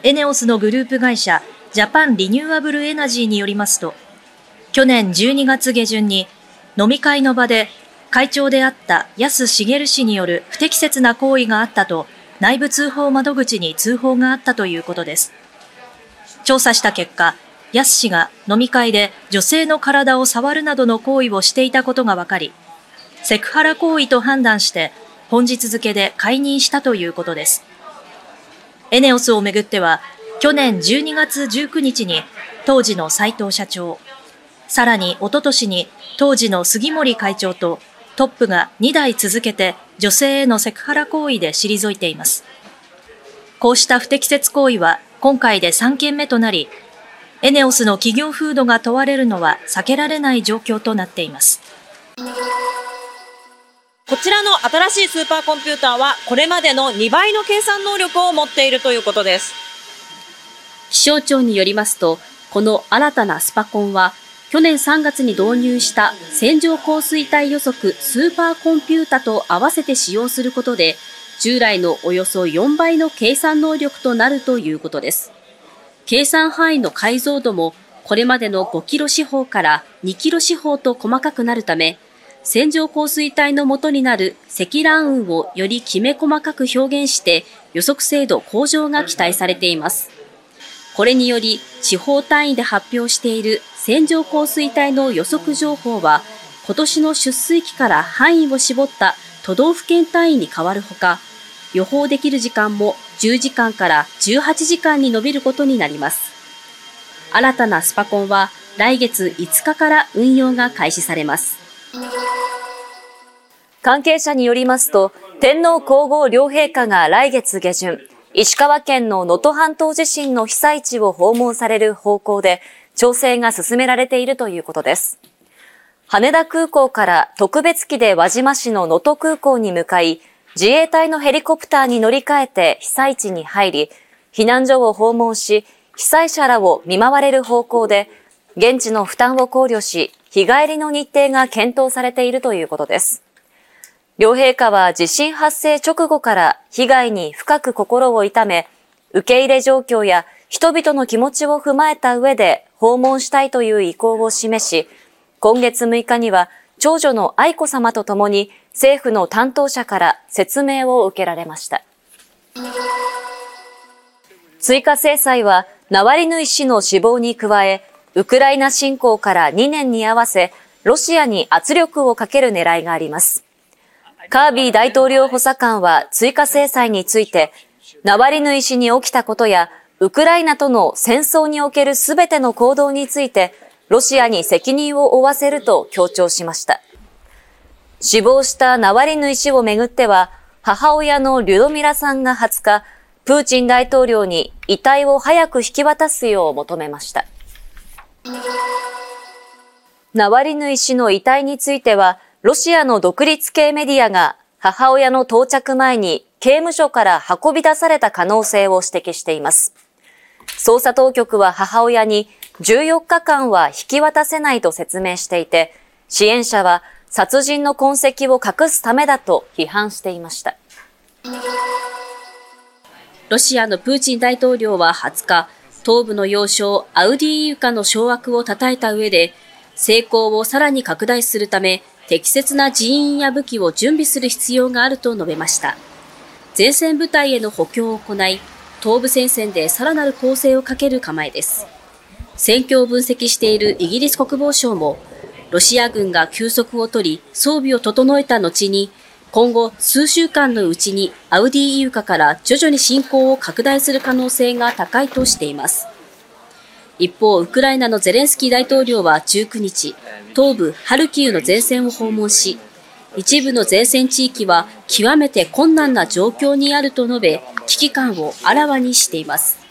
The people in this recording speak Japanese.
エネオスのグループ会社ジャパンリニューアブルエナジーによりますと、去年12月下旬に飲み会の場で会長であった安茂氏による不適切な行為があったと内部通報窓口に通報があったということです。調査した結果、安氏が飲み会で女性の体を触るなどの行為をしていたことが分かり、セクハラ行為と判断して本日付で解任したということです。エネオスをめぐっては、去年12月19日に当時の斉藤社長、さらに一昨年に当時の杉森会長とトップが2代続けて女性へのセクハラ行為で退いています。こうした不適切行為は今回で3件目となり、エネオスの企業風土が問われるのは避けられない状況となっています。 こちらの新しいスーパーコンピューターはこれまでの2倍の計算能力を持っているということです。 気象庁によりますと、この新たなスパコンは去年3月に導入した線状降水帯予測スーパーコンピュータと合わせて使用することで、従来のおよそ4倍の計算能力となるということです。計算範囲の解像度もこれまでの5キロ四方から2キロ四方と細かくなるため、線状降水帯の元になる積乱雲をよりきめ細かく表現して予測精度向上が期待されています。これにより地方単位で発表している線状降水帯の予測情報は今年の出水期から範囲を絞った都道府県単位に変わるほか、予報できる時間も10時間から18時間に伸びることになります。新たなスパコンは来月5日から運用が開始されます。 関係者によりますと、天皇皇后両陛下が来月下旬、石川県の能登半島地震の被災地を訪問される方向で調整が進められているということです。羽田空港から特別機で輪島市の能登空港に向かい、自衛隊のヘリコプターに乗り換えて被災地に入り、避難所を訪問し、被災者らを見舞われる方向で、現地の負担を考慮し、日帰りの日程が検討されているということです。両陛下は地震発生直後から被害に深く心を痛め、受け入れ状況や人々の気持ちを踏まえた上で訪問したいという意向を示し、今月6日には長女の愛子さまと共に政府の担当者から説明を受けられました。追加制裁はナワリヌイ氏の死亡に加え、ウクライナ侵攻から2年に合わせ、ロシアに圧力をかける狙いがあります。カービー大統領補佐官は追加制裁について、ナワリヌイ氏に起きたことや、ウクライナとの戦争におけるすべての行動について、ロシアに責任を負わせると強調しました。死亡したナワリヌイ氏をめぐっては、母親のリュドミラさんが20日、プーチン大統領に遺体を早く引き渡すよう求めました。ナワリヌイ氏の遺体については、ロシアの独立系メディアが母親の到着前に刑務所から運び出された可能性を指摘しています。捜査当局は母親に14日間は引き渡せないと説明していて、支援者は殺人の痕跡を隠すためだと批判していました。 ロシアのプーチン大統領は20日、東部の要衝アウディーイウカの掌握を称えた上で、成功をさらに拡大するため、適切な人員や武器を準備する必要があると述べました。前線部隊への補強を行い、東部戦線でさらなる攻勢をかける構えです。戦況を分析しているイギリス国防省も、ロシア軍が休息を取り、装備を整えた後に、今後数週間のうちにアウディーイウカから徐々に侵攻を拡大する可能性が高いとしています。一方、ウクライナのゼレンスキー大統領は19日、東部ハルキウの前線を訪問し、一部の前線地域は極めて困難な状況にあると述べ、危機感をあらわにしています。